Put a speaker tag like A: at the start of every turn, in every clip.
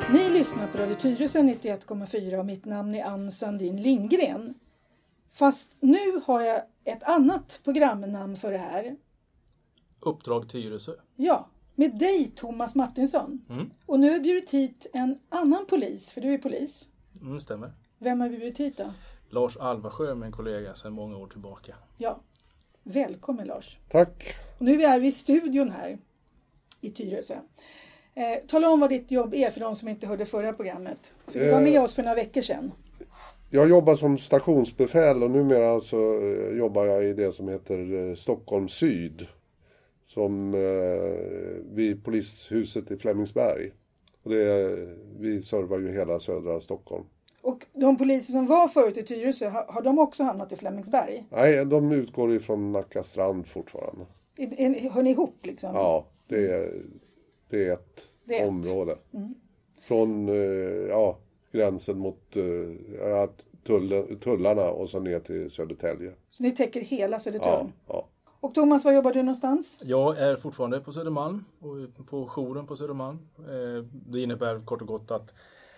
A: Ni lyssnar på Radio Tyresö 91,4 och mitt namn är Ann Sandin Lindgren. Fast nu har jag ett annat programnamn för det här.
B: Uppdrag Tyresö.
A: Ja, med dig Thomas Martinsson. Och nu har jag bjudit hit en annan polis, för du är polis.
B: Stämmer.
A: Vem har vi bjudit hit då?
B: Lars Alvarsjö, min kollega sedan många år tillbaka.
A: Ja, välkommen Lars.
C: Tack.
A: Och nu är vi i studion här i Tyresö. Tala om vad ditt jobb är för de som inte hörde förra programmet. För du var med oss för några veckor sedan.
C: Jag jobbar som stationsbefäl och numera så jobbar jag i det som heter Stockholm Syd. Som vid polishuset i Flemingsberg. Och vi servar ju hela södra Stockholm.
A: Och de poliser som var förut i Tyresö, har de också hamnat i Flemingsberg?
C: Nej, de utgår ifrån Nacka strand fortfarande.
A: Hör ni ihop liksom?
C: Ja, det är ett område. Från gränsen mot tullarna och så ner till Södertälje.
A: Så ni täcker hela Södertörn?
C: Ja.
A: Och Thomas, var jobbar du någonstans?
B: Jag är fortfarande på Södermalm och på jouren på Södermalm. Det innebär kort och gott att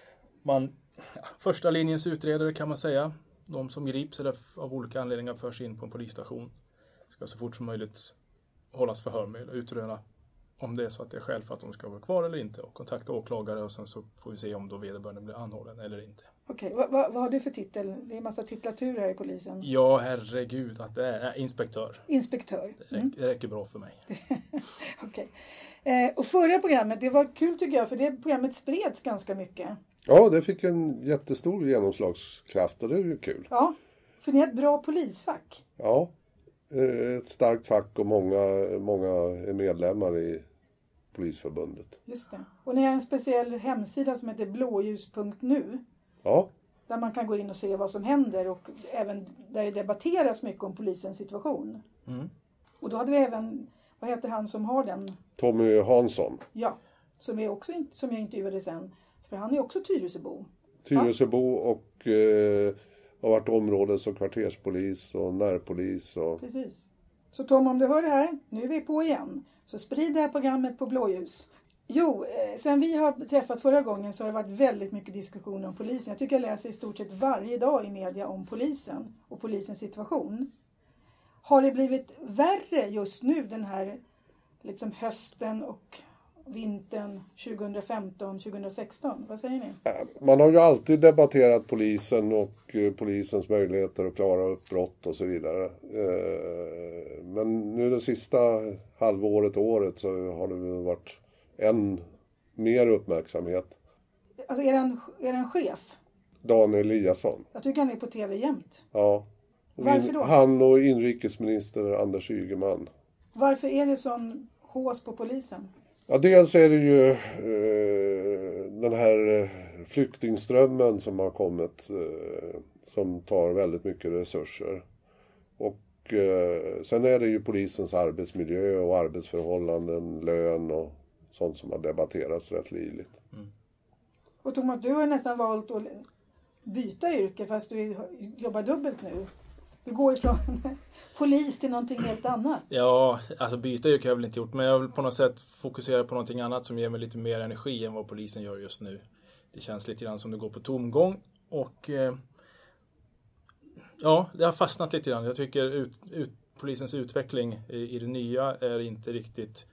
B: första linjens utredare kan man säga, de som grips eller av olika anledningar förs in på en polisstation, ska så fort som möjligt hållas förhör med och utröna om det är så att det är skäl för att de ska vara kvar eller inte och kontakta åklagare och sen så får vi se om då vederbörande blir anhållen eller inte.
A: Okej, vad har du för titel? Det är en massa titulatur här i polisen.
B: Ja, herregud att det är inspektör.
A: Inspektör.
B: Det räcker bra för mig.
A: Okej. Och förra programmet, det var kul tycker jag, för det programmet spreds ganska mycket.
C: Ja, det fick en jättestor genomslagskraft och det är ju kul.
A: Ja, för ni är ett bra polisfack.
C: Ja, ett starkt fack och många är medlemmar i Polisförbundet.
A: Just det. Och ni har en speciell hemsida som heter blåljus.nu.
C: Ja.
A: Där man kan gå in och se vad som händer och även där det debatteras mycket om polisens situation. Och då hade vi även, vad heter han som har den?
C: Tommy Hansson.
A: Ja, som jag intervjuade sen. För han är också Tyresöbo.
C: Tyresöbo och har varit områdes- och kvarterspolis och närpolis.
A: Precis. Så Tom, om du hör det här, nu är vi på igen. Så sprid det här programmet på blåljus. Jo, sen vi har träffat förra gången så har det varit väldigt mycket diskussioner om polisen. Jag tycker jag läser i stort sett varje dag i media om polisen och polisens situation. Har det blivit värre just nu den här liksom hösten och vintern 2015-2016? Vad säger ni?
C: Man har ju alltid debatterat polisen och polisens möjligheter att klara upp brott och så vidare. Men nu det sista året så har det varit än mer uppmärksamhet.
A: Alltså är en chef?
C: Dan Eliasson.
A: Jag tycker han är på tv jämt.
C: Ja.
A: Varför då?
C: Han och inrikesminister Anders Ygeman.
A: Varför är det sån hås på polisen?
C: Ja, dels är det ju den här flyktingströmmen som har kommit som tar väldigt mycket resurser. Och sen är det ju polisens arbetsmiljö och arbetsförhållanden, lön och sånt som har debatterats rätt livligt.
A: Och Thomas, du har nästan valt att byta yrke fast du jobbar dubbelt nu. Du går ifrån polis till någonting helt annat.
B: Ja, alltså byta yrke har jag väl inte gjort. Men jag vill på något sätt fokusera på någonting annat som ger mig lite mer energi än vad polisen gör just nu. Det känns lite grann som det går på tomgång. Och det har fastnat lite grann. Jag tycker polisens utveckling i det nya är inte riktigt...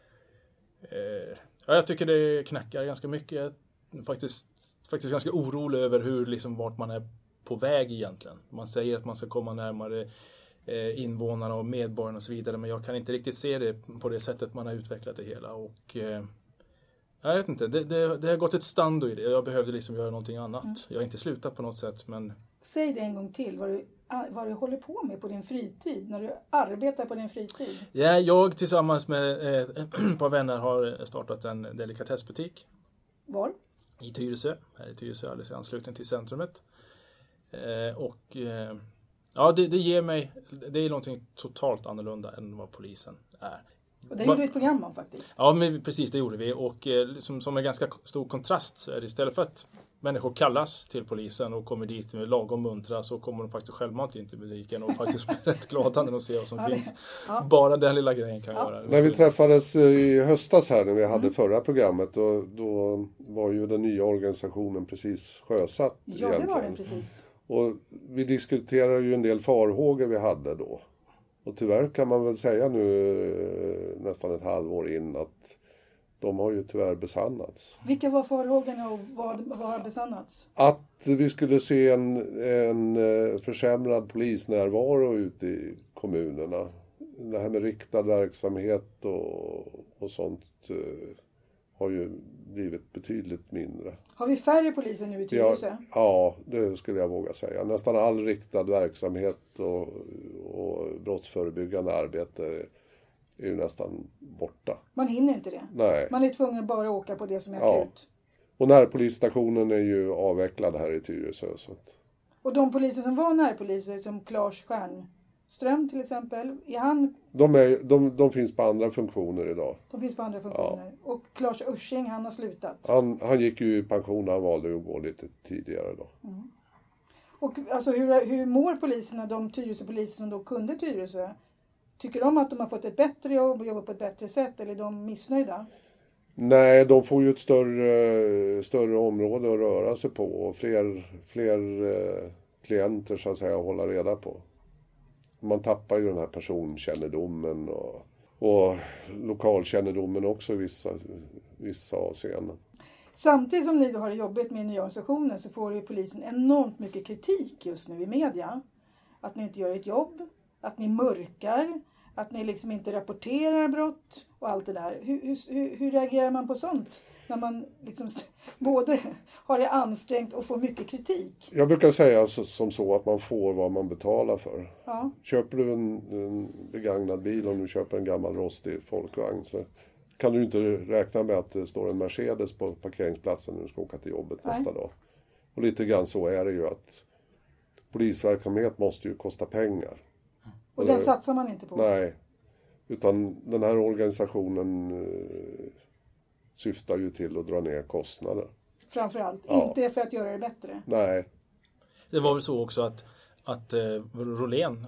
B: jag tycker det knackar ganska mycket. Jag är faktiskt ganska orolig över vart man är på väg egentligen. Man säger att man ska komma närmare invånarna och medborgarna och så vidare, men jag kan inte riktigt se det på det sättet man har utvecklat det hela. Och jag vet inte, det har gått ett stando i det. Jag behövde göra någonting annat. Jag har inte slutat på något sätt, men... Säg
A: det en gång till, vad du håller på med på din fritid, när du arbetar på din fritid.
B: Ja, jag tillsammans med ett par vänner har startat en delikatessbutik.
A: Var?
B: I Tyresö. Här i Tyresö, alldeles i anslutning till centrumet. Det ger mig, det är någonting totalt annorlunda än vad polisen är.
A: Och det gjorde vi ett program om faktiskt.
B: Ja, men precis, det gjorde vi. Och som en ganska stor kontrast så är det istället för att människor kallas till polisen och kommer dit med lagom muntra, så kommer de faktiskt självmant in till butiken och faktiskt blir rätt glada när de ser vad som finns. Ja. Bara den lilla grejen kan göra.
C: När vi träffades i höstas här när vi hade förra programmet, då var ju den nya organisationen precis sjösatt.
A: Ja,
C: egentligen.
A: det var den precis.
C: Och vi diskuterade ju en del farhågor vi hade då. Och tyvärr kan man väl säga nu nästan ett halvår in att de har ju tyvärr besannats.
A: Vilka var farhågorna och vad har besannats?
C: Att vi skulle se en försämrad polisnärvaro ute i kommunerna. Det här med riktad verksamhet och sånt har ju blivit betydligt mindre.
A: Har vi färre poliser nu i Tyresö?
C: Ja, det skulle jag våga säga. Nästan all riktad verksamhet och brottsförebyggande arbete är ju nästan borta.
A: Man hinner inte det.
C: Nej.
A: Man är tvungen att bara åka på det som är akut.
C: Och närpolisstationen är ju avvecklad här i Tyresö. Så att...
A: Och de poliser som var närpoliser, som Claes Stjernström till exempel, är han...
C: De finns på andra funktioner idag.
A: De finns på andra funktioner. Ja. Och Claes Ursing, han har slutat.
C: Han gick ju i pension, han valde att gå lite tidigare då.
A: Mm. Och alltså hur mår poliserna, de Tyresö-poliser som då kunde Tyresö? Tycker de att de har fått ett bättre jobb och jobbar på ett bättre sätt, eller är de missnöjda?
C: Nej, de får ju ett större område att röra sig på och fler klienter så att säga att hålla reda på. Man tappar ju den här personkännedomen och lokalkännedomen också i vissa avseenden.
A: Samtidigt som ni då har jobbat med nya organisationen så får ju polisen enormt mycket kritik just nu i media. Att ni inte gör ett jobb, att ni mörkar, att ni liksom inte rapporterar brott och allt det där. Hur reagerar man på sånt? När man liksom både har det ansträngt och får mycket kritik.
C: Jag brukar säga som så att man får vad man betalar för.
A: Ja.
C: Köper du en begagnad bil, om du köper en gammal rostig folkvagn, så kan du inte räkna med att det står en Mercedes på parkeringsplatsen när du ska åka till jobbet nästa dag. Och lite grann så är det ju att polisverksamhet måste ju kosta pengar.
A: Och den satsar man inte på?
C: Nej, utan den här organisationen syftar ju till att dra ner kostnader.
A: Framförallt, inte för att göra det bättre.
C: Nej.
B: Det var väl så också att Rolén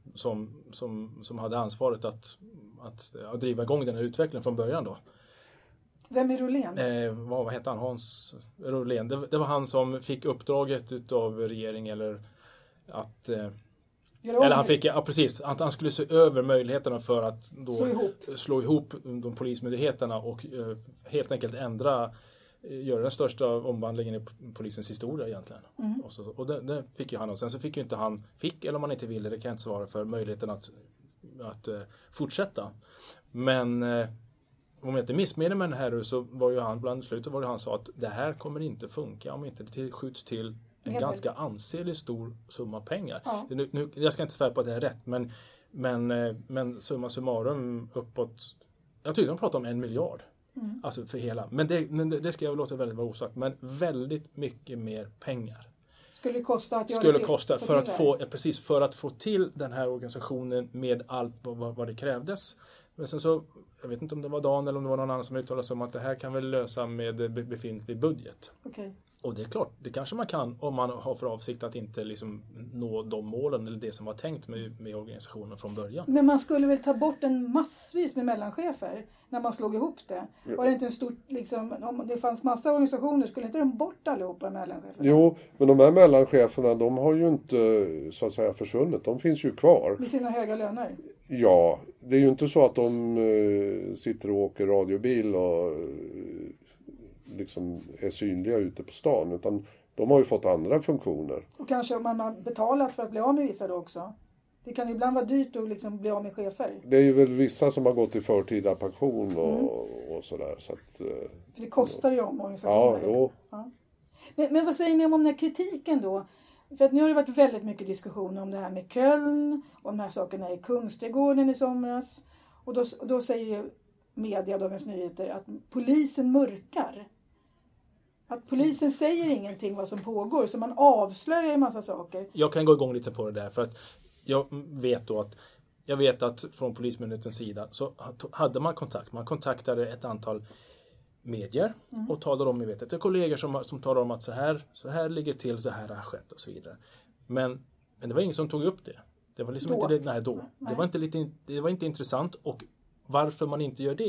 B: som hade ansvaret att driva igång den här utvecklingen från början då.
A: Vem är Rolén?
B: Vad hette han? Hans Rolén. Det var han som fick uppdraget utav regeringen eller att... Eller han fick, ja precis, att han skulle se över möjligheterna för att då slå ihop de polismyndigheterna och helt enkelt göra den största omvandlingen i polisens historia egentligen. Mm. Och det fick ju han, och sen så fick ju inte han, eller om han inte ville, det kan jag inte svara för, möjligheten att fortsätta. Men om jag inte missminner mig här så var ju han, bland slutet var det han sa att det här kommer inte funka om inte det skjuts till en ganska ansenlig stor summa pengar. Ja. Nu, jag ska inte svära på att det är rätt, men summa summarum uppåt, jag tyckte de pratade om 1 miljard. Mm. Alltså för hela. Men det ska jag låta väldigt vara osagt. Men väldigt mycket mer pengar.
A: Skulle det kosta att göra
B: skulle kosta för att få till den här organisationen med allt vad det krävdes. Men sen så, jag vet inte om det var Dan eller om det var någon annan som uttalade sig om att det här kan väl lösa med befintlig budget.
A: Okay.
B: Och det är klart, det kanske man kan om man har för avsikt att inte liksom nå de målen eller det som var tänkt med organisationen från början. Men
A: man skulle väl ta bort en massvis med mellanchefer när man slog ihop det? Var det inte en stor, liksom, om det fanns massa organisationer, skulle inte de bort allihopa mellancheferna?
C: Jo, men de här mellancheferna, de har ju inte så att säga försvunnit. De finns ju kvar.
A: Med sina höga löner?
C: Ja, det är ju inte så att de sitter och åker radiobil och liksom är synliga ute på stan, utan de har ju fått andra funktioner. Och
A: kanske man har betalat för att bli av med vissa då också. Det kan ibland vara dyrt att liksom bli av med chefer.
C: Det är ju väl vissa som har gått i förtida pension och sådär. Så att,
A: för det kostar ju om organisationer.
C: Ja, jo.
A: Ja. Men vad säger ni om den här kritiken då? För att nu har det varit väldigt mycket diskussioner om det här med Köln och de här sakerna i Kungsträdgården i somras. Och då säger media, Dagens Nyheter, att polisen mörkar. Att polisen säger ingenting vad som pågår, så man avslöjar en massa saker.
B: Jag kan gå igång lite på det där, för att jag vet då att jag vet att från Polismyndighetens sida så hade man kontakt. Man kontaktade ett antal medier och talade om, jag vet att det är kollegor som talar om att så här ligger till, så här har skett och så vidare. Men det var ingen som tog upp det. Det var liksom inte det, nej då. Nej. Det var inte intressant, och varför man inte gör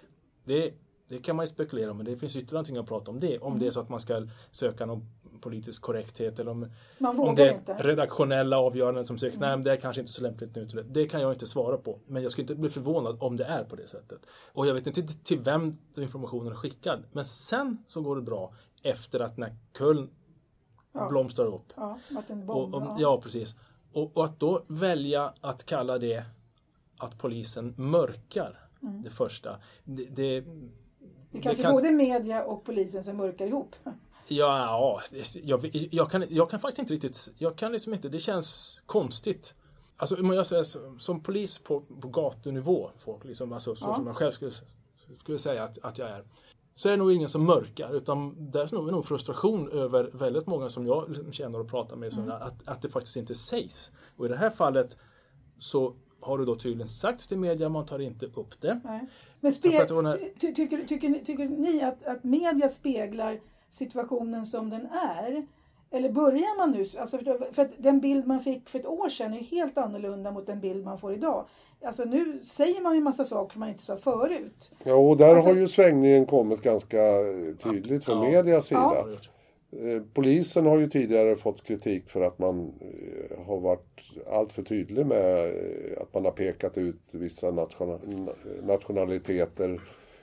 B: det kan man ju spekulera om, men det finns ytterligare någonting att prata om det. Om det är så att man ska söka någon politisk korrekthet eller om det är inte redaktionella avgöranden som söker. Nej, men det är kanske inte så lämpligt nu. Det kan jag inte svara på. Men jag skulle inte bli förvånad om det är på det sättet. Och jag vet inte till vem informationen är skickad. Men sen så går det bra efter att när Köln blomstrar upp.
A: Ja,
B: ja, precis. Och att då välja att kalla det att polisen mörkar det första. Det
A: kanske både media och polisen som mörkar ihop.
B: Ja, jag kan faktiskt inte riktigt, jag kan liksom inte, det känns konstigt. Alltså om jag säger som polis på gatunivå, folk liksom, alltså så som jag själv skulle säga att jag är, så är det nog ingen som mörkar, utan det är nog frustration över väldigt många som jag känner och pratar med, att det faktiskt inte sägs. Och i det här fallet så har du då tydligen sagt till media, man tar inte upp det. Nej.
A: Men tycker ni att media speglar situationen som den är? Eller börjar man nu? Alltså för att den bild man fick för ett år sedan är helt annorlunda mot den bild man får idag. Alltså nu säger man ju massa saker som man inte sa förut.
C: Ja, och där har ju svängningen kommit ganska tydligt från medias sida. Ja. Polisen har ju tidigare fått kritik för att man har varit allt för tydlig med att man har pekat ut vissa nationaliteter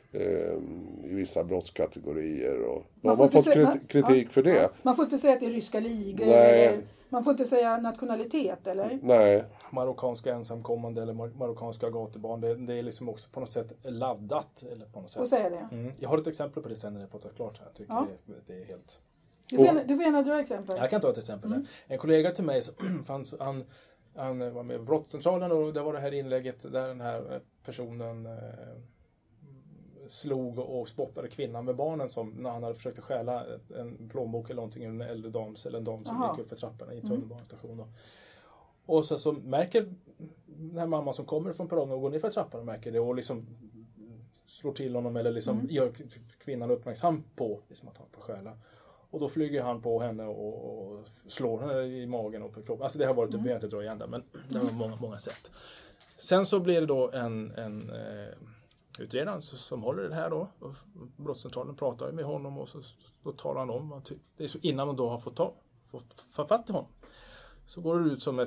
C: i vissa brottskategorier. Och de har fått kritik för det.
A: Man får inte säga att det är ryska ligor. Eller, man får inte säga nationalitet, eller?
C: Nej.
B: Marockanska ensamkommande eller marockanska gatubarn. Det är liksom också på något sätt laddat. Eller på något sätt.
A: Och säga det.
B: Jag har ett exempel på det sen när jag pratar klart här. Jag tycker det är helt...
A: Du får gärna dra exempel.
B: Jag kan ta ett exempel. En kollega till mig, han var med på brottscentralen, och det var det här inlägget där den här personen slog och spottade kvinnan med barnen, som när han hade försökt stjäla en plånbok eller någonting, en äldre dams eller en dam som gick upp för trapporna i tunnelbanestation. Och så märker den här mamman som kommer från perrongen och går ner för trappan och märker det och liksom slår till honom eller liksom gör kvinnan uppmärksam på liksom att han får stjäla. Och då flyger han på henne och slår henne i magen och på kroppen. Alltså det har varit, jag vet inte dra igen där, men det var många sätt. Sen så blir det då en utredaren som håller det här då. Och brottscentralen pratar med honom och då talar han om. Det är så innan man då har fått fatt i honom. Så går det ut som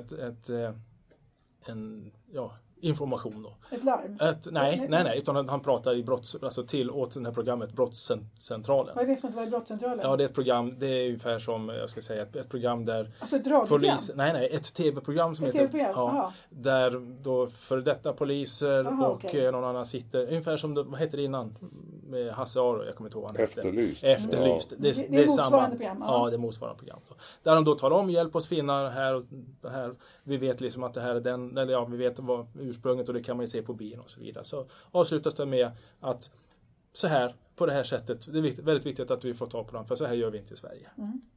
B: en information då.
A: Ett larm?
B: Nej, utan han pratar åt det här programmet Brottscentralen.
A: Vad är det för något? Vad är Brottscentralen?
B: Ja, det är ett program, det är ungefär som, jag ska säga, ett program där...
A: Alltså ett radioprogram?
B: Ett tv-program som heter... Ja, där då för detta poliser och någon annan sitter, ungefär som, vad heter det innan? Med Hasse Aro, jag kommer inte ihåg vad han heter. Efterlyst.
A: Det är motsvarande program.
B: Ja, det är motsvarande program. Så. Där de då talar om, hjälp oss finna här och det här. Vi vet liksom att det här är den, eller ja, vi vet vad ursprunget och det kan man ju se på bilen och så vidare. Så avslutas det med att så här, på det här sättet, det är väldigt viktigt att vi får ta på dem, för så här gör vi inte i Sverige.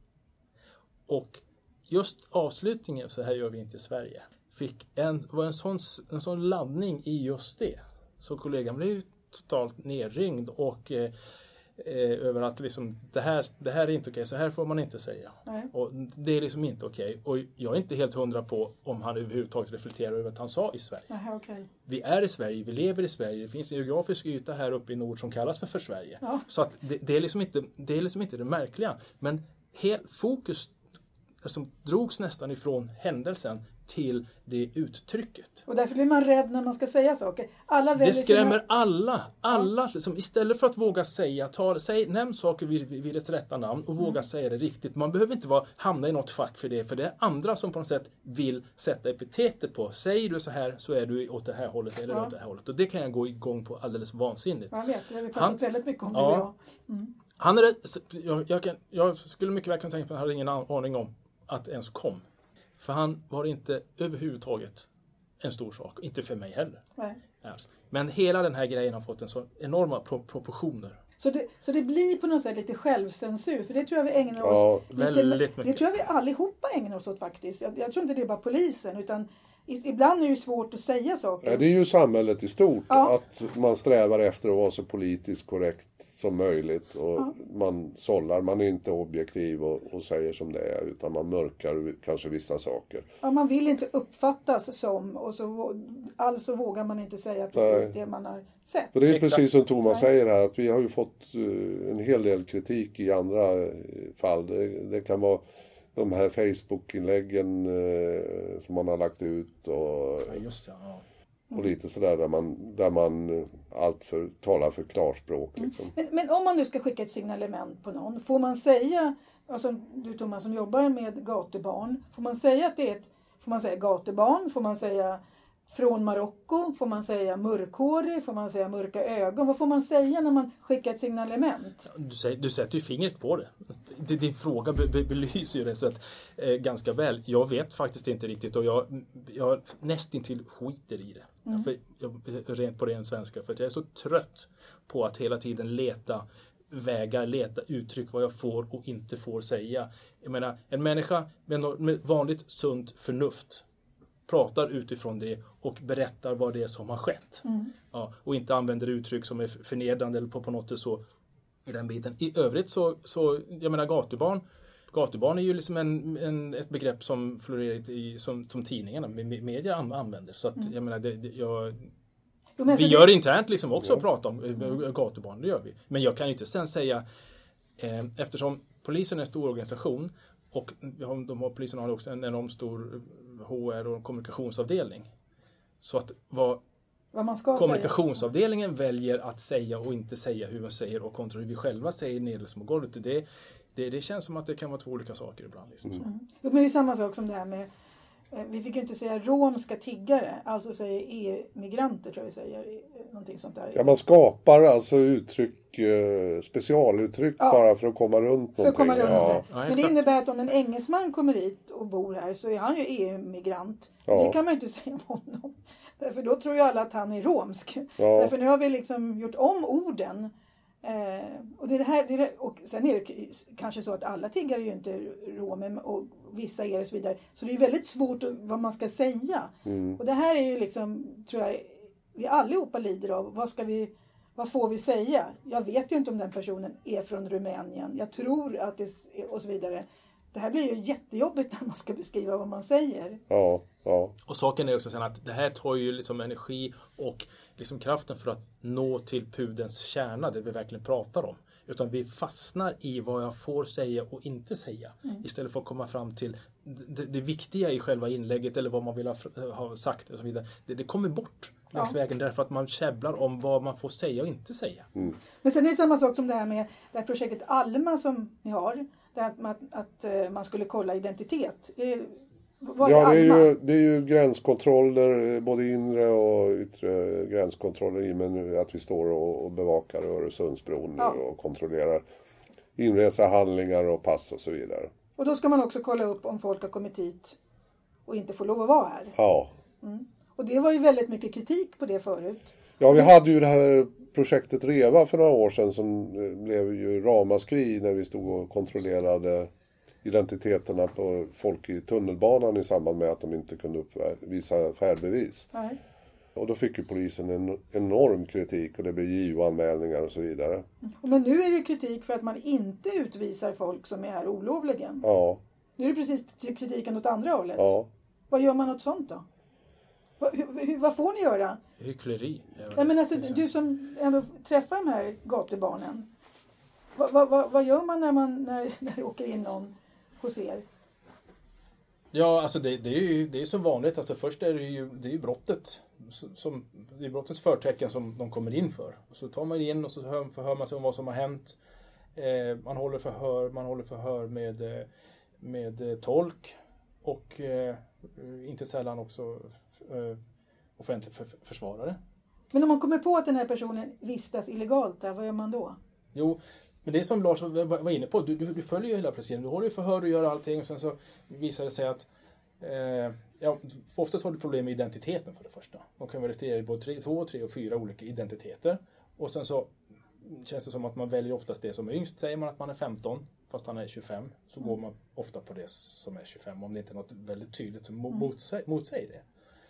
B: Och just avslutningen, så här gör vi inte i Sverige, var en sån laddning i just det. Så kollegan blev ju totalt nerringd och över att liksom, det här är inte okej, så här får man inte säga.
A: Nej.
B: Och det är liksom inte okej. Och jag är inte helt 100 på om han överhuvudtaget reflekterar över att han sa i Sverige.
A: Aha, okay.
B: Vi är i Sverige, vi lever i Sverige. Det finns en geografisk yta här uppe i nord som kallas för Sverige.
A: Ja.
B: Så att det är liksom inte det märkliga. Men fokus som drogs nästan ifrån händelsen till det uttrycket.
A: Och därför blir man rädd när man ska säga saker.
B: Det skrämmer alla. Liksom, istället för att våga säga, nämn saker vid dess rätta namn och våga säga det riktigt. Man behöver inte hamna i något fack för det är andra som på något sätt vill sätta epitetet på. Säger du så här, så är du åt det här hållet eller åt det här hållet. Och det kan jag gå igång på alldeles vansinnigt.
A: Jag vet, jag har pratat väldigt mycket om det.
B: Han är jag skulle mycket väl kunna tänka på att han hade ingen aning om att det ens kom. För han var inte överhuvudtaget en stor sak. Inte för mig heller.
A: Nej.
B: Men hela den här grejen har fått en så enorma proportioner.
A: Så det blir på något sätt lite självcensur. För det tror jag vi ägnar oss
B: väldigt mycket.
A: Det tror jag vi allihopa ägnar oss åt faktiskt. Jag tror inte det är bara polisen. Utan ibland är det ju svårt att säga saker.
C: Ja, det är ju samhället i stort. Att man strävar efter att vara så politiskt korrekt som möjligt. Och man sållar, man är inte objektiv och säger som det är. Utan man mörkar kanske vissa saker.
A: Ja, man vill inte uppfattas som. Och alltså vågar man inte säga precis det man har sett.
C: Och det är precis som Thomas säger här. Att vi har ju fått en hel del kritik i andra fall. Det kan vara de här Facebook-inläggen som man har lagt ut och, och lite sådär där man talar för klarspråk. Liksom.
A: Men om man nu ska skicka ett signalement på någon, får man säga, alltså du Thomas som jobbar med gatubarn, får man säga att det är får man säga gatubarn, får man säga från Marocko, får man säga mörkhårig, får man säga mörka ögon? Vad får man säga när man skickar ett signalement?
B: Du sätter ju fingret på det. Din fråga belyser ju det så att, ganska väl. Jag vet faktiskt inte riktigt och jag nästintill skiter i det. För rent på ren svenska. För att jag är så trött på att hela tiden leta vägar, leta uttryck vad jag får och inte får säga. Jag menar, en människa med vanligt sunt förnuft pratar utifrån det och berättar vad det är som har skett. Ja, och inte använder uttryck som är förnedrande eller på något sätt så i den biten. I övrigt så jag menar gatubarn är ju liksom ett begrepp som florerar som tidningarna, media använder. Så att jag menar, vi gör internt liksom också att prata om gatubarn, det gör vi. Men jag kan ju inte sen säga, eftersom polisen är en stor organisation och polisen har också en enormt stor HR och kommunikationsavdelning. Så att vad man ska kommunikationsavdelningen väljer att säga och inte säga hur man säger och kontra hur vi själva säger nere på golvet. Det känns som att det kan vara två olika saker ibland. Liksom så.
A: Men det är samma sak som det här med, vi fick ju inte säga romska tiggare, alltså säger EU-migranter tror jag vi säger, någonting sånt där.
C: Ja, man skapar alltså uttryck, specialuttryck bara för att komma runt någonting.
A: Komma runt det. Men det innebär att om en engelsman kommer hit och bor här så är han ju EU-migrant. Det kan man ju inte säga om honom. Därför då tror ju alla att han är romsk. Därför nu har vi liksom gjort om orden. Och det här, och sen är det kanske så att alla tiggare är ju inte romer och vissa är det och så vidare. Så det är väldigt svårt vad man ska säga. Och det här är ju liksom, tror jag, vi allihopa lider av. Vad får vi säga? Jag vet ju inte om den personen är från Rumänien. Jag tror att det är, och så vidare. Det här blir ju jättejobbigt när man ska beskriva vad man säger.
C: Ja.
B: Och saken är också sen att det här tar ju liksom energi och liksom kraften för att nå till pudelns kärna, det vi verkligen pratar om. Utan vi fastnar i vad jag får säga och inte säga. Istället för att komma fram till det viktiga i själva inlägget eller vad man vill ha sagt och så vidare. Det kommer bort längs vägen därför att man käbblar om vad man får säga och inte säga.
A: Men sen är det samma sak som det här med det här projektet Alma som ni har. Där att man skulle kolla identitet.
C: Det är ju gränskontroller, både inre och yttre gränskontroller i men att vi står och bevakar Öresundsbron och kontrollerar inresehandlingar och pass och så vidare.
A: Och då ska man också kolla upp om folk har kommit hit och inte får lov att vara här.
C: Ja.
A: Och det var ju väldigt mycket kritik på det förut.
C: Ja, vi hade ju det här projektet Reva för några år sedan som blev ju ramaskri när vi stod och kontrollerade identiteterna på folk i tunnelbanan i samband med att de inte kunde uppvisa färdbevis.
A: Nej.
C: Och då fick ju polisen en enorm kritik och det blev JO-anmälningar och så vidare.
A: Men nu är det kritik för att man inte utvisar folk som är här olovligen.
C: Ja.
A: Nu är det precis kritiken åt andra hållet.
C: Ja.
A: Vad gör man åt sånt då? Vad får ni göra?
B: Hyckleri.
A: Ja, men alltså, du som ändå träffar de här gatubarnen. Vad gör man när det åker in någon hos er?
B: Ja, alltså det är ju som vanligt. Alltså först är det är ju brottet. Det är brottets förtecken som de kommer in för. Och så tar man in och så förhör man sig om vad som har hänt. Man håller förhör med tolk. Och inte sällan också offentlig försvarare.
A: Men om man kommer på att den här personen vistas illegalt där, vad gör man då?
B: Jo, men det är som Lars var inne på. Du följer ju hela processen. Du håller ju förhör och gör allting. Och sen så visar det sig att oftast har du problem med identiteten för det första. De kan vara registrerade på 2, 3 och 4 olika identiteter. Och sen så känns det som att man väljer oftast det som är yngst. Säger man att man är 15 fast han är 25 så går man ofta på det som är 25 om det inte är något väldigt tydligt som motsäger det.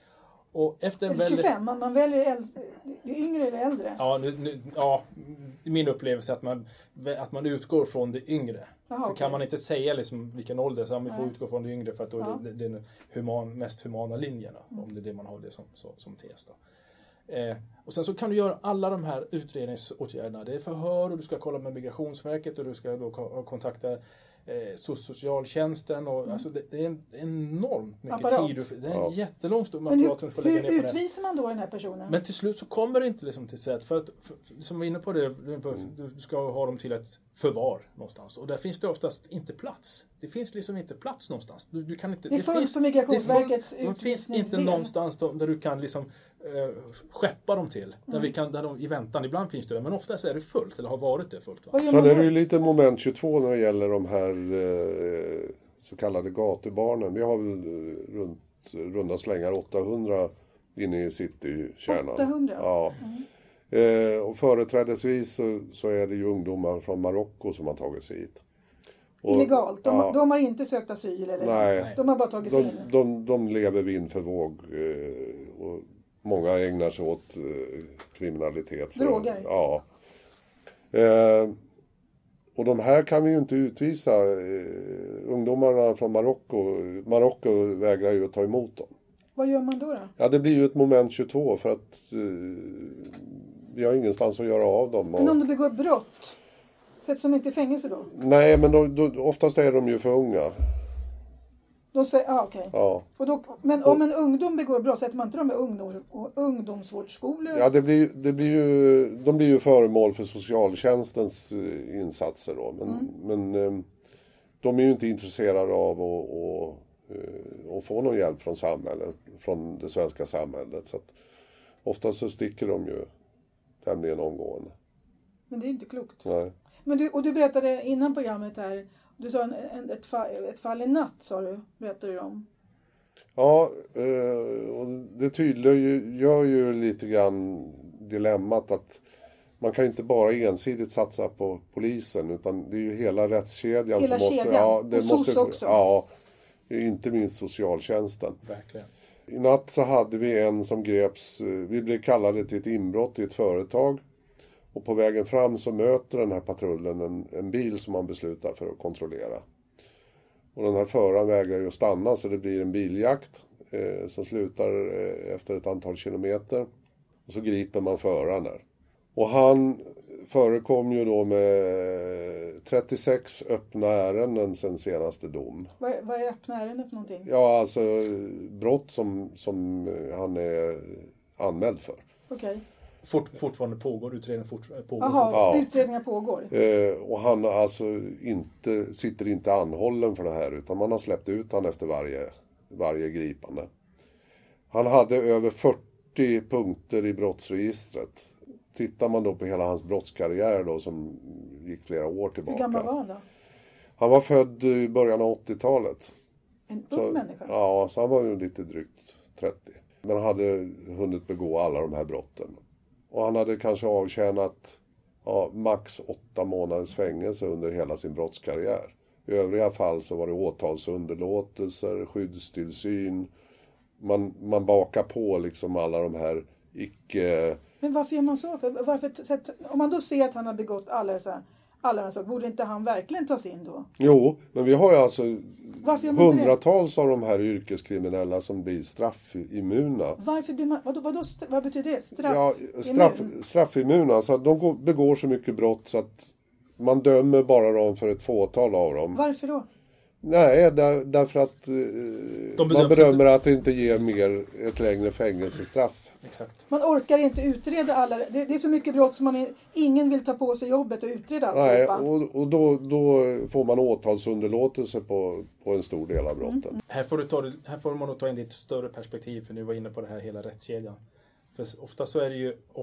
B: Och efter en
A: eller 25, man väljer yngre eller äldre?
B: Ja, min upplevelse är att man utgår från det yngre.
A: Aha,
B: för
A: okay.
B: kan man inte säga liksom vilken ålder så man får utgå från det yngre för att då är det den mest humana linjerna. Om det är det man har det som tes då. Och sen så kan du göra alla de här utredningsåtgärderna. Det är förhör och du ska kolla med Migrationsverket och du ska då kontakta socialtjänsten. Och, alltså det är enormt mycket
A: apparat.
B: tid. Det är en jättelång stor
A: apparat
B: du får lägga ner på det.
A: Hur utvisar man då den här personen?
B: Men till slut så kommer det inte liksom till sätt. För som vi är inne på det, du ska ha dem till ett förvar någonstans. Och där finns det oftast inte plats. Det finns liksom inte plats någonstans. Du kan inte,
A: det är fullt på Migrationsverkets
B: utvisningsdel. De finns inte någonstans där du kan liksom skeppa dem till. Där de i väntan. Ibland finns det där, men oftast är det fullt. Eller har varit det fullt. Va?
C: Sen är det ju lite moment 22 när det gäller de här så kallade gatubarnen. Vi har väl runda slängar 800 inne i citykärnan.
A: 800?
C: Ja. Och företrädesvis så är det ju ungdomar från Marocko som har tagit sig hit. Och,
A: illegalt? De har inte sökt asyl? Eller?
C: Nej.
A: De har bara tagit sig in?
C: De lever vind för våg. Och många ägnar sig åt kriminalitet.
A: Droger?
C: Ja. Och de här kan vi ju inte utvisa. Ungdomarna från Marocko vägrar ju att ta emot dem.
A: Vad gör man då?
C: Ja, det blir ju ett moment 22 för att vi har ingenstans att göra av dem.
A: Men om du begår brott, sätts de inte i fängelse då?
C: Nej, men oftast är de ju för unga.
A: De säger, okej.
C: Ja.
A: Men om en ungdom begår brott, sätter man inte dem med ungdomsvårdsskolor?
C: Ja, de blir ju föremål för socialtjänstens insatser då. Men de är ju inte intresserade av att få någon hjälp från samhället, från det svenska samhället. Så att oftast så sticker de ju tämligen omgående.
A: Men det är inte klokt.
C: Nej.
A: Men du berättade innan programmet här, du sa ett fall i natt, berättade du om.
C: Ja, och det gör ju lite grann dilemmat att man kan inte bara ensidigt satsa på polisen, utan det är ju hela rättskedjan
A: hela
C: som måste...
A: kedjan.
C: Ja, det
A: och
C: måste,
A: SOS också.
C: Ja, inte minst socialtjänsten.
B: Verkligen.
C: I natt så hade vi en som greps, vi blev kallade till ett inbrott i ett företag. Och på vägen fram så möter den här patrullen en bil som man beslutar för att kontrollera. Och den här föraren vägrar ju att stanna, så det blir en biljakt som slutar efter ett antal kilometer. Och så griper man föraren där. Och han förekom ju då med 36 öppna ärenden sen senaste dom.
A: Vad är öppna ärenden för någonting?
C: Ja, alltså brott som han är anmäld för.
A: Okej.
B: Fortfarande pågår utredningen.
A: Jaha, utredningar pågår.
C: Och han alltså sitter inte anhållen för det här, utan man har släppt ut han efter varje gripande. Han hade över 40 punkter i brottsregistret. Tittar man då på hela hans brottskarriär då, som gick flera år tillbaka.
A: Hur gammal var han då?
C: Han var född i början av 80-talet.
A: En ung människa?
C: Ja, så han var ju lite drygt 30. Men han hade hunnit begå alla de här brotten. Och han hade kanske avtjänat max 8 månaders fängelse under hela sin brottskarriär. I övriga fall så var det åtalsunderlåtelser, skyddstillsyn. Man bakar på liksom alla de här icke...
A: Men varför gör man så? Om man då ser att han har begått alla dessa, borde inte han verkligen tas in då?
C: Jo, men vi har ju alltså hundratals av de här yrkeskriminella som blir straffimmuna.
A: Varför blir man, vad betyder det?
C: Straffimmuna. Alltså de begår så mycket brott så att man dömer bara dem för ett fåtal av dem.
A: Varför då?
C: Nej, därför att man bedömer att det inte ger ett längre fängelsestraff.
B: Exakt.
A: Man orkar inte utreda alla. Det är så mycket brott som ingen vill ta på sig jobbet och utreda allt.
C: Nej, och då får man åtalsunderlåtelse på en stor del av brotten.
B: Här får man nog ta in lite större perspektiv, för nu var inne på det här hela rättskedjan. För ofta så är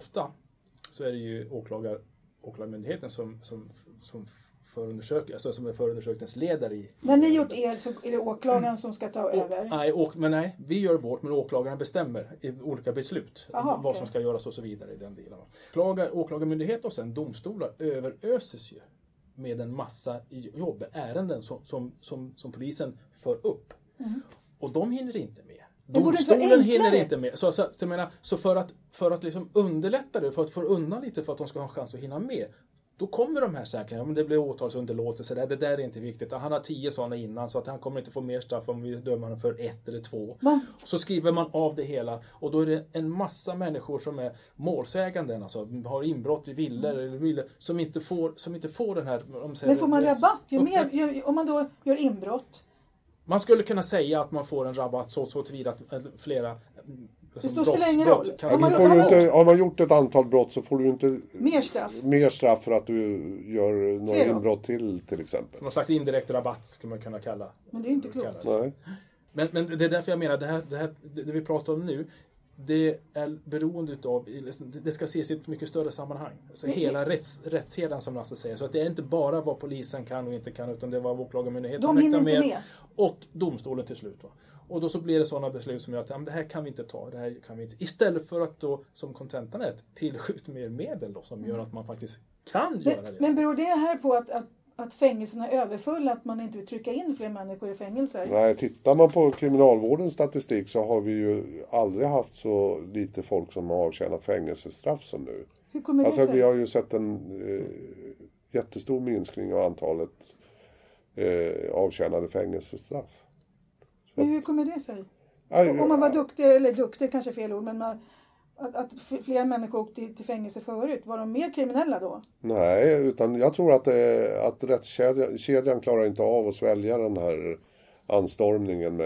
B: det ju åklagarmyndigheten som förundersöker, alltså som är förundersökningsledare i...
A: När ni gjort så är det åklagaren som ska ta över?
B: Nej, vi gör vårt, men åklagaren bestämmer i olika beslut.
A: Aha,
B: vad som ska göras och så vidare i den delen. Åklagarmyndighet och sen domstolar överöses ju med en massa ärenden som polisen för upp. Och de hinner inte med. Domstolen hinner inte med. Så för att liksom underlätta det, för att få undan lite för att de ska ha en chans att hinna med, då kommer de här säkringarna. Men det blir åtalsunderlåtelse. Det där är inte viktigt. Han har 10 sådana innan, så att han kommer inte få mer straff om vi dömer honom för 1 eller 2. Så skriver man av det hela. Och då är det en massa människor som är målsäganden. Alltså har inbrott i villor som inte får den här...
A: Men får man rabatt om man då gör inbrott?
B: Man skulle kunna säga att man får en rabatt så tillvida att flera...
A: Det spelar ingen roll.
C: Har man gjort ett antal brott så får du inte
A: mer straff
C: för att du gör några inbrott till exempel.
B: Någon slags indirekt rabatt skulle man kunna kalla.
A: Men det är inte klokt.
C: Nej.
B: Men det är därför jag menar det vi pratar om nu, det är beroende av, det ska ses i ett mycket större sammanhang. Alltså hela rättskedjan som Lasse säger. Så att det är inte bara vad polisen kan och inte kan, utan det är vad åklagarmyndigheten
A: hinner inte med.
B: Och domstolen till slut. Va? Och då så blir det sådana beslut som gör att det här kan vi inte ta, det här kan vi inte. Istället för att då, som kontentan är, tillskjuta mer medel då, som gör att man faktiskt kan göra det.
A: Men beror det här på att fängelserna är överfulla, att man inte vill trycka in fler människor i fängelser?
C: Nej, tittar man på kriminalvårdens statistik så har vi ju aldrig haft så lite folk som har avtjänat fängelsestraff som nu.
A: Hur kommer det sig?
C: Vi har ju sett en jättestor minskning av antalet avtjänade fängelsestraff.
A: Men hur kommer det sig? Om man var duktig kanske fel ord, men att flera människor åkte till fängelse förut, var de mer kriminella då?
C: Nej, utan jag tror att rättskedjan klarar inte av att svälja den här anstormningen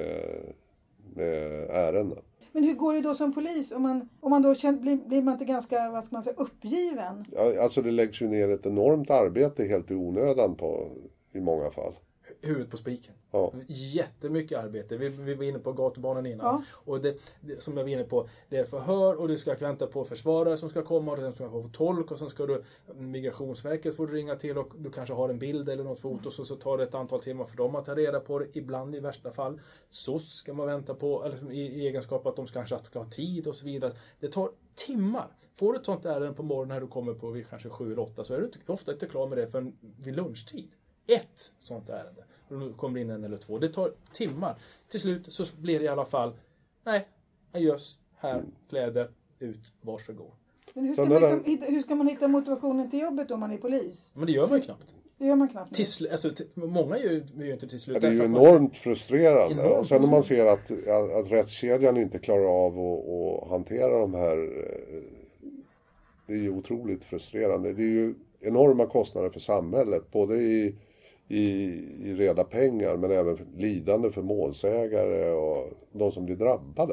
C: med ärenden.
A: Men hur går det då som polis? Om man då blir man inte ganska, vad ska man säga, uppgiven?
C: Ja, alltså det läggs ju ner ett enormt arbete helt i onödan i många fall.
B: Huvudet på spiken.
C: Ja.
B: Jättemycket arbete. Vi var inne på gatubarnen innan.
A: Ja.
B: Och det, som jag var inne på, det är förhör och du ska vänta på försvarare som ska komma och sen ska du få tolk och sen ska du Migrationsverket får du ringa till och du kanske har en bild eller något foto så tar det ett antal timmar för dem att ta reda på det. Ibland i värsta fall så ska man vänta på, eller i egenskap att de kanske ska ha tid och så vidare. Det tar timmar. Får du ett sånt ärende på morgonen när du kommer på vid kanske 7 eller 8 så är du ofta inte klar med det förrän vid lunchtid. Ett sånt ärende. Och nu kommer in 1 eller 2. Det tar timmar. Till slut så blir det i alla fall nej, adjöss, här, kläder, ut, varsågod.
A: Men hur ska man hitta motivationen till jobbet om man är polis?
B: Men det gör man ju knappt.
A: Det gör man knappt.
B: Många gör ju inte till slut.
C: Ja, det är ju enormt frustrerande. Och sen när man ser att rättskedjan inte klarar av att hantera de här, det är ju otroligt frustrerande. Det är ju enorma kostnader för samhället, både i reda pengar men även lidande för målsägare och de som blir drabbade.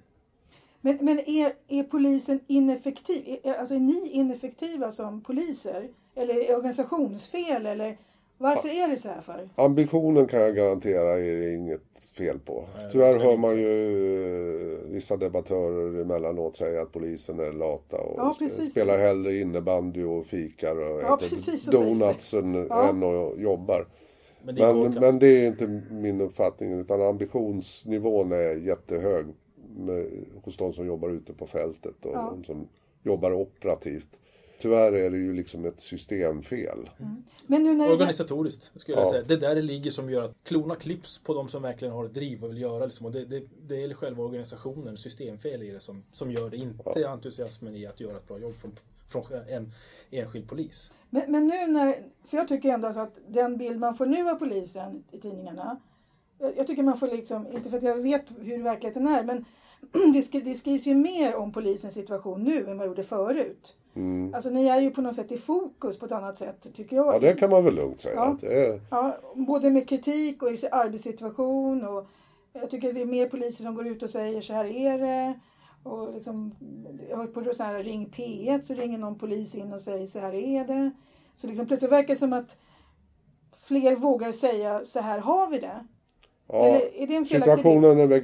A: Men är polisen ineffektiv? Alltså är ni ineffektiva som poliser? Eller är organisationsfel? Eller varför är det så här för?
C: Ambitionen kan jag garantera är det inget fel på. Tyvärr hör man ju vissa debattörer emellanåt säga att polisen är lata och spelar hellre innebandy och fikar och äter donuts än och jobbar. Men det är inte min uppfattning, utan ambitionsnivån är jättehög hos de som jobbar ute på fältet och de som jobbar operativt. Tyvärr är det ju liksom ett systemfel.
A: Men nu när
B: organisatoriskt skulle jag säga. Det där det ligger som gör att klona klipps på de som verkligen har ett driv och vill göra. Liksom. Och det är själva organisationen, systemfel i det som gör det. Inte entusiasmen i att göra ett bra jobb från en enskild polis.
A: Men nu för jag tycker ändå alltså att den bild man får nu av polisen i tidningarna. Jag tycker man får liksom, inte för att jag vet hur verkligheten är, men det skrivs ju mer om polisens situation nu än vad gjorde förut. Alltså ni är ju på något sätt i fokus på ett annat sätt, tycker jag.
C: Ja, det kan man väl lugnt säga.
A: Ja, både med kritik och i arbetssituation. Och jag tycker det är mer poliser som går ut och säger så här är det. Och liksom, jag har hört på sån här ring P1 så ringer någon polis in och säger så här är det. Så liksom plötsligt verkar det som att fler vågar säga så här har vi det.
C: Ja,
A: eller är det en
C: situationen är väl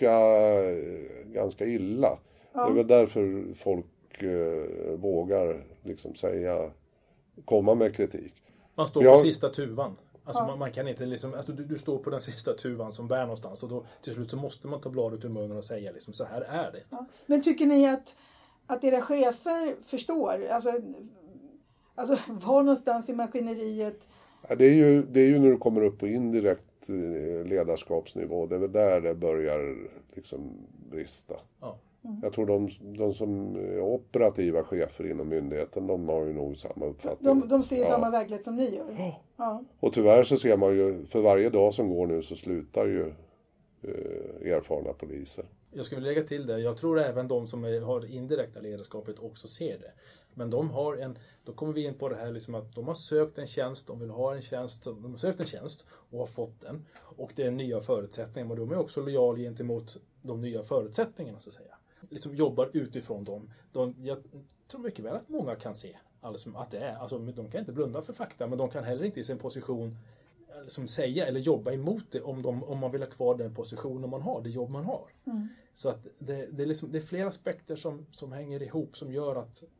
C: ganska illa. Ja. Det är väl därför folk vågar liksom komma med kritik.
B: Man står på sista tuvan. Alltså man kan inte liksom, alltså du står på den sista tuvan som bär någonstans och då till slut så måste man ta bladet ur munnen och säga liksom så här är det.
A: Ja. Men tycker ni att era chefer förstår? Alltså var någonstans i maskineriet
C: Ja, det är ju när du kommer upp på indirekt ledarskapsnivå. Det är väl där det börjar liksom brista.
B: Ja.
C: Jag tror de som är operativa chefer inom myndigheten, de har ju nog samma uppfattning.
A: De ser samma verklighet som ni gör. Ja.
C: Och tyvärr så ser man ju, för varje dag som går nu så slutar ju erfarna poliser.
B: Jag skulle vilja lägga till det. Jag tror även de som har det indirekta ledarskapet också ser det. Men de har då kommer vi in på det här liksom att de har sökt en tjänst, de vill ha en tjänst, de har sökt en tjänst och har fått den. Och det är nya förutsättningar, men de är också lojala gentemot de nya förutsättningarna så att säga. Liksom jobbar utifrån dem. Jag tror mycket väl att många kan se att det är, alltså de kan inte blunda för fakta, men de kan heller inte i sin position som säga eller jobba emot det om man vill ha kvar den positionen man har, det jobb man har. Mm. Så att det är flera aspekter som hänger ihop som gör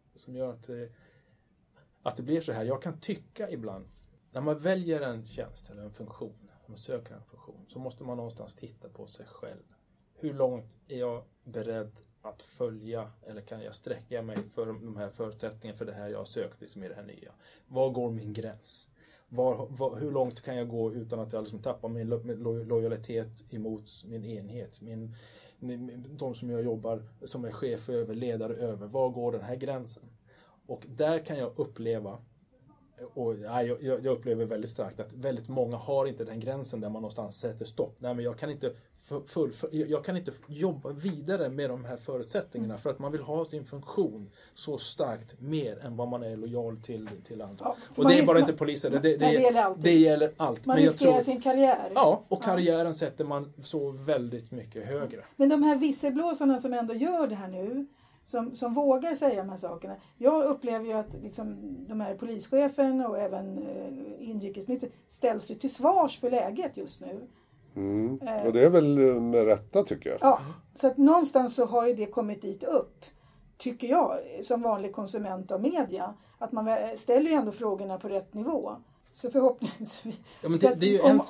B: att det blir så här. Jag kan tycka ibland, när man väljer en tjänst eller en funktion, när man söker en funktion, så måste man någonstans titta på sig själv. Hur långt är jag beredd att följa eller kan jag sträcka mig för de här förutsättningarna för det här jag har sökt liksom i det här nya? Var går min gräns? Hur långt kan jag gå utan att jag liksom tappar min lojalitet emot min enhet? De som jag jobbar som är chef över, ledare över. Var går den här gränsen? Och där kan jag uppleva, och jag upplever väldigt starkt att väldigt många har inte den gränsen där man någonstans sätter stopp. Nej, men jag kan inte jobba vidare med de här förutsättningarna för att man vill ha sin funktion så starkt mer än vad man är lojal till andra. Ja, och det är bara inte poliser, det gäller allt.
A: Man riskerar sin karriär.
B: Ja, och karriären sätter man så väldigt mycket högre.
A: Men de här visselblåsarna som ändå gör det här nu, som vågar säga de här sakerna. Jag upplever ju att liksom, de här polischefen och även inrikesministern ställs ju till svars för läget just nu.
C: Och det är väl med rätta tycker jag.
A: Ja, så att någonstans så har ju det kommit dit upp, tycker jag, som vanlig konsument av media. Att man ställer ju ändå frågorna på rätt nivå. Så förhoppningsvis...
B: Ja, men det är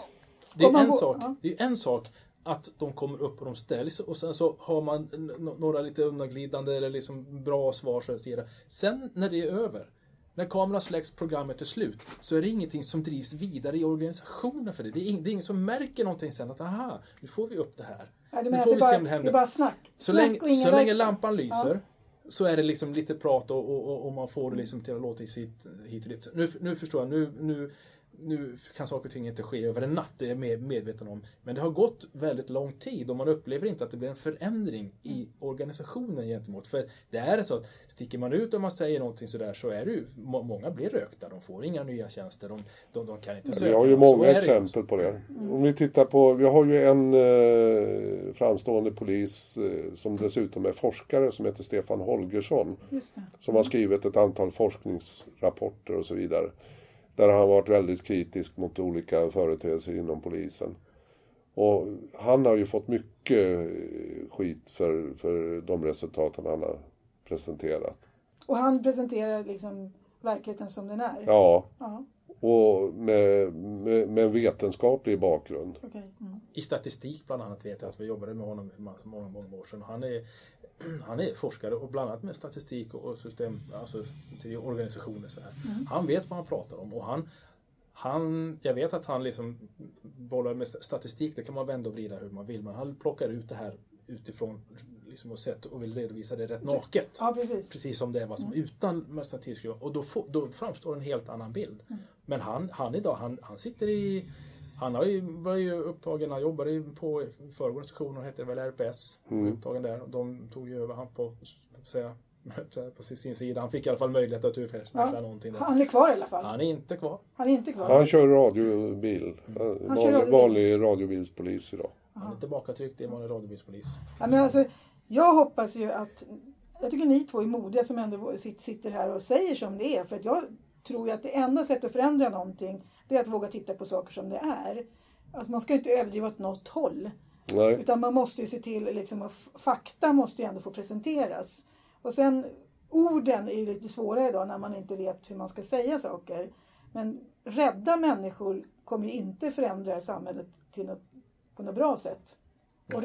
B: ju en sak att de kommer upp och de ställs och sen så har man några lite undanglidande eller liksom bra svar så att säga. Sen när det är över, när kameran släcks, programmet är slut, så är det ingenting som drivs vidare i organisationen för det. Det är ingen som märker någonting sen att aha, nu får vi upp det här.
A: Ja, nu får vi se om det händer. Det är bara snack.
B: Så länge lampan lyser så är det liksom lite prat och man får det liksom till att låta i sitt hit och dit. Nu förstår jag, nu kan saker och ting inte ske över en natt, det är jag medveten om. Men det har gått väldigt lång tid och man upplever inte att det blir en förändring i organisationen gentemot. För det är så att sticker man ut och man säger någonting sådär så är det ju, många blir rökta, de får inga nya tjänster, de kan inte söka.
C: Vi har ju många exempel på det. Om vi tittar på, vi har ju en framstående polis som dessutom är forskare som heter Stefan Holgersson. Som har skrivit ett antal forskningsrapporter och så vidare. Där han har varit väldigt kritisk mot olika företeelser inom polisen. Och han har ju fått mycket skit för de resultaten han har presenterat.
A: Och han presenterar liksom verkligheten som den är?
C: Ja. Och med en vetenskaplig bakgrund.
A: Okay.
B: I statistik bland annat vet jag att vi jobbade med honom många år sedan. Han är forskare och bland annat med statistik och system, alltså till organisationer så här. Han vet vad han pratar om och jag vet att han liksom bollar med statistik, det kan man vända och vrida hur man vill, men han plockar ut det här utifrån liksom och vill redovisa det rätt naket.
A: Ja,
B: precis som det var som utan statistik. Och då framstår en helt annan bild. Men han idag, han sitter i... Han var ju upptagen, han jobbade på förorganisationen och hette väl RPS. Upptagen där. De tog ju över han på sin sida. Han fick i alla fall möjlighet att utveckla någonting där.
A: Han är kvar i alla fall.
B: Han är inte kvar.
C: Han kör radiobil. Vanlig radiobilspolis idag.
B: Han är tillbakatryckt i vanlig radiobilspolis.
A: Ja, men alltså, jag hoppas ju att... Jag tycker ni två är modiga som ändå sitter här och säger som det är. För att jag tror ju att det enda sättet att förändra någonting, det är att våga titta på saker som det är. Alltså man ska inte överdriva åt något håll.
C: Nej.
A: Utan man måste ju se till liksom, att fakta måste ju ändå få presenteras. Och sen orden är ju lite svåra idag när man inte vet hur man ska säga saker. Men rädda människor kommer ju inte förändra samhället på något bra sätt. Och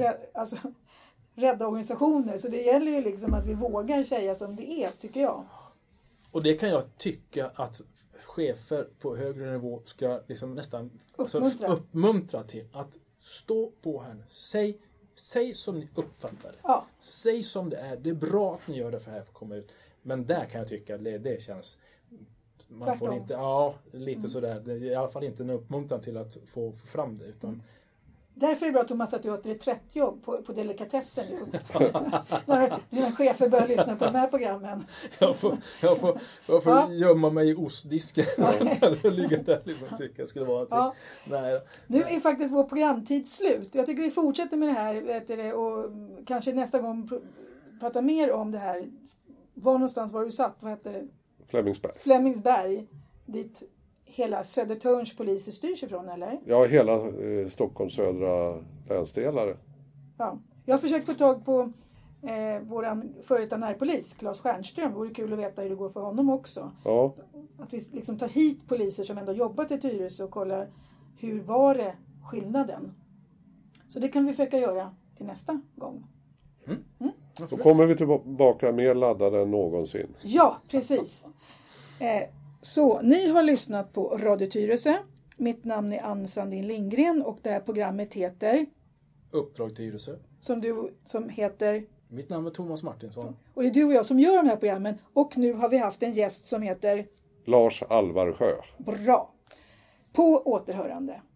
A: rädda organisationer. Så det gäller ju liksom att vi vågar säga som det är, tycker jag.
B: Och det kan jag tycka att chefer på högre nivå ska liksom nästan
A: Uppmuntra.
B: till att stå på här nu. Säg som ni uppfattar det.
A: Ja.
B: Säg som det är. Det är bra att ni gör det för att komma ut. Men där kan jag tycka att det känns... Man får inte... Ja, lite sådär. Det är i alla fall inte en uppmuntran till att få fram det. Utan...
A: Därför är det bra, Thomas, att du har ett reträttjobb på delikatessen nu. När dina chefer börjar lyssna på de här programmen.
B: Jag får gömma mig i ostdisken. Och ligga där liksom, tycker jag skulle vara någonting. Nej.
A: Nu är faktiskt vår programtid slut. Jag tycker vi fortsätter med det här och kanske nästa gång prata mer om det här. Var någonstans var du satt? Vad heter det? Flemingsberg. Dit hela Södertörns poliser styrs ifrån, eller?
C: Ja, hela Stockholms södra länsdelare.
A: Ja. Jag har försökt få tag på våran före detta närpolis, Claes Stjernström. Det vore kul att veta hur det går för honom också.
C: Ja.
A: Att vi liksom tar hit poliser som ändå jobbat i Tyresö och kollar hur var det skillnaden. Så det kan vi försöka göra till nästa gång.
C: Då kommer vi tillbaka mer laddade än någonsin.
A: Ja, precis. Så, ni har lyssnat på Radio Tyresö. Mitt namn är Ann Sandin Lindgren och det här programmet heter...
B: Uppdrag Tyresö.
A: Som heter...
B: Mitt namn är Thomas Martinsson.
A: Och det är du och jag som gör de här programmen. Och nu har vi haft en gäst som heter...
C: Lars Alvarsjö.
A: Bra. På återhörande.